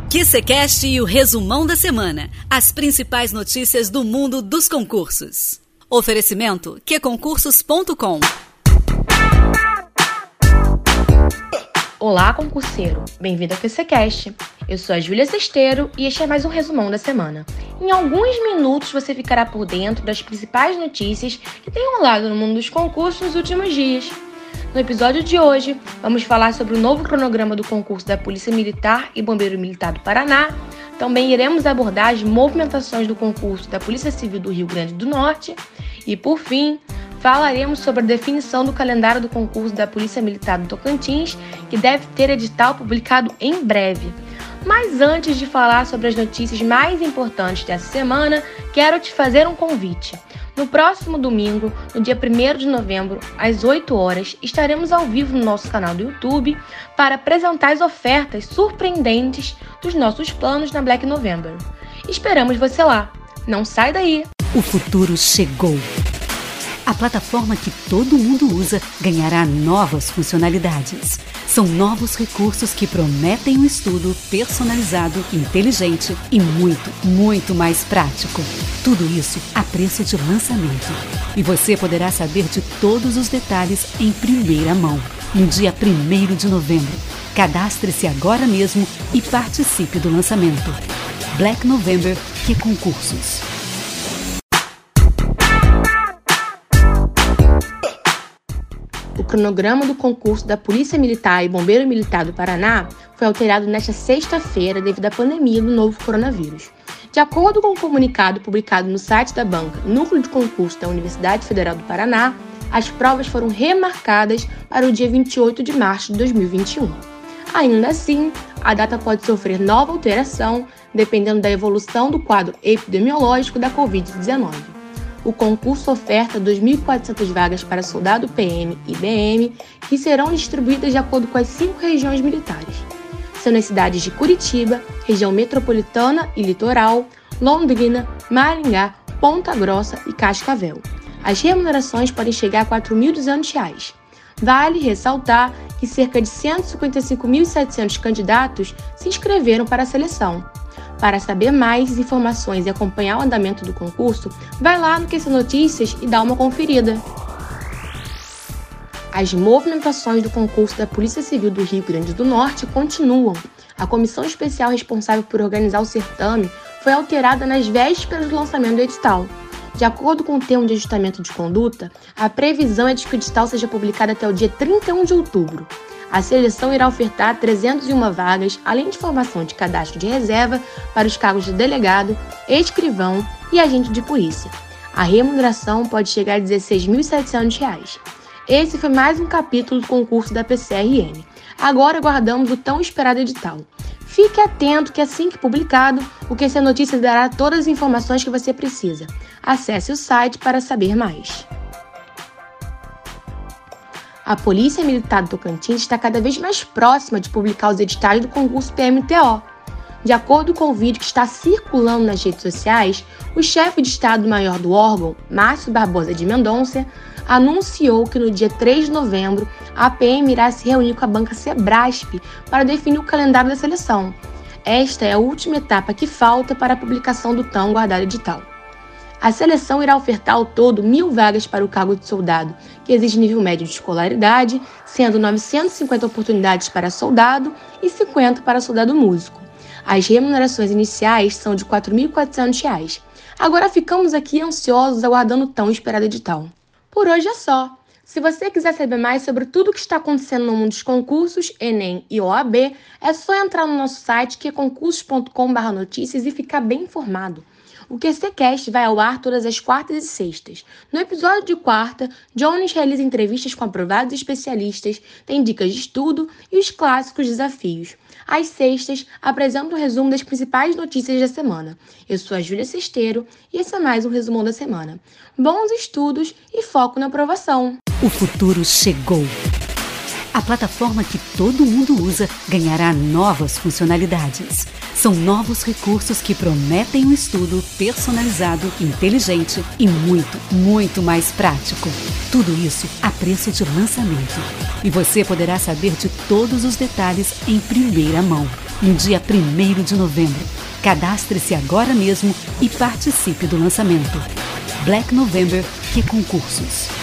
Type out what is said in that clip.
QCCast e o resumão da semana. As principais notícias do mundo dos concursos. Oferecimento qconcursos.com. Olá, concurseiro! Bem-vindo ao QCCast. Eu sou a Júlia Sesteiro e este é mais um resumão da semana. Em alguns minutos você ficará por dentro das principais notícias que têm rolado no mundo dos concursos nos últimos dias. No episódio de hoje, vamos falar sobre o novo cronograma do concurso da Polícia Militar e Bombeiro Militar do Paraná. Também iremos abordar as movimentações do concurso da Polícia Civil do Rio Grande do Norte. E, por fim, falaremos sobre a definição do calendário do concurso da Polícia Militar do Tocantins, que deve ter edital publicado em breve. Mas antes de falar sobre as notícias mais importantes dessa semana, quero te fazer um convite. No próximo domingo, no dia 1º de novembro, às 8 horas, estaremos ao vivo no nosso canal do YouTube para apresentar as ofertas surpreendentes dos nossos planos na Black November. Esperamos você lá. Não sai daí! O futuro chegou. A plataforma que todo mundo usa ganhará novas funcionalidades. São novos recursos que prometem um estudo personalizado, inteligente e muito mais prático. Tudo isso a preço de lançamento. E você poderá saber de todos os detalhes em primeira mão, no dia 1º de novembro. Cadastre-se agora mesmo e participe do lançamento. Black November QConcursos. O cronograma do concurso da Polícia Militar e Bombeiro Militar do Paraná foi alterado nesta sexta-feira devido à pandemia do novo coronavírus. De acordo com o comunicado publicado no site da banca Núcleo de Concurso da Universidade Federal do Paraná, as provas foram remarcadas para o dia 28 de março de 2021. Ainda assim, a data pode sofrer nova alteração dependendo da evolução do quadro epidemiológico da Covid-19. O concurso oferta 2.400 vagas para soldado PM e BM, que serão distribuídas de acordo com as 5 regiões militares. São nas cidades de Curitiba, região metropolitana e litoral, Londrina, Maringá, Ponta Grossa e Cascavel. As remunerações podem chegar a R$ 4.200. Vale ressaltar que cerca de 155.700 candidatos se inscreveram para a seleção. Para saber mais informações e acompanhar o andamento do concurso, vai lá no QC Notícias e dá uma conferida. As movimentações do concurso da Polícia Civil do Rio Grande do Norte continuam. A comissão especial responsável por organizar o certame foi alterada nas vésperas do lançamento do edital. De acordo com o termo de ajustamento de conduta, a previsão é de que o edital seja publicado até o dia 31 de outubro. A seleção irá ofertar 301 vagas, além de formação de cadastro de reserva para os cargos de delegado, escrivão e agente de polícia. A remuneração pode chegar a R$ 16.700. Esse foi mais um capítulo do concurso da PCRN. Agora aguardamos o tão esperado edital. Fique atento que assim que publicado, o QC Notícias dará todas as informações que você precisa. Acesse o site para saber mais. A Polícia Militar do Tocantins está cada vez mais próxima de publicar os editais do concurso PMTO. De acordo com o vídeo que está circulando nas redes sociais, o chefe de Estado-Maior do órgão, Márcio Barbosa de Mendonça, anunciou que no dia 3 de novembro a PM irá se reunir com a banca Sebrasp para definir o calendário da seleção. Esta é a última etapa que falta para a publicação do tão guardado edital. A seleção irá ofertar ao todo 1.000 vagas para o cargo de soldado, que exige nível médio de escolaridade, sendo 950 oportunidades para soldado e 50 para soldado músico. As remunerações iniciais são de R$ 4.400. Agora ficamos aqui ansiosos aguardando o tão esperado edital. Por hoje é só. Se você quiser saber mais sobre tudo o que está acontecendo no mundo dos concursos, Enem e OAB, é só entrar no nosso site qconcursos.com/notícias e ficar bem informado. O QCCast vai ao ar todas as quartas e sextas. No episódio de quarta, Jones realiza entrevistas com aprovados especialistas, tem dicas de estudo e os clássicos desafios. Às sextas, apresenta o resumo das principais notícias da semana. Eu sou a Júlia Sesteiro e esse é mais um resumão da semana. Bons estudos e foco na aprovação! O futuro chegou! A plataforma que todo mundo usa ganhará novas funcionalidades. São novos recursos que prometem um estudo personalizado, inteligente e muito, muito mais prático. Tudo isso a preço de lançamento. E você poderá saber de todos os detalhes em primeira mão, no dia 1º de novembro. Cadastre-se agora mesmo e participe do lançamento. Black November, que concursos.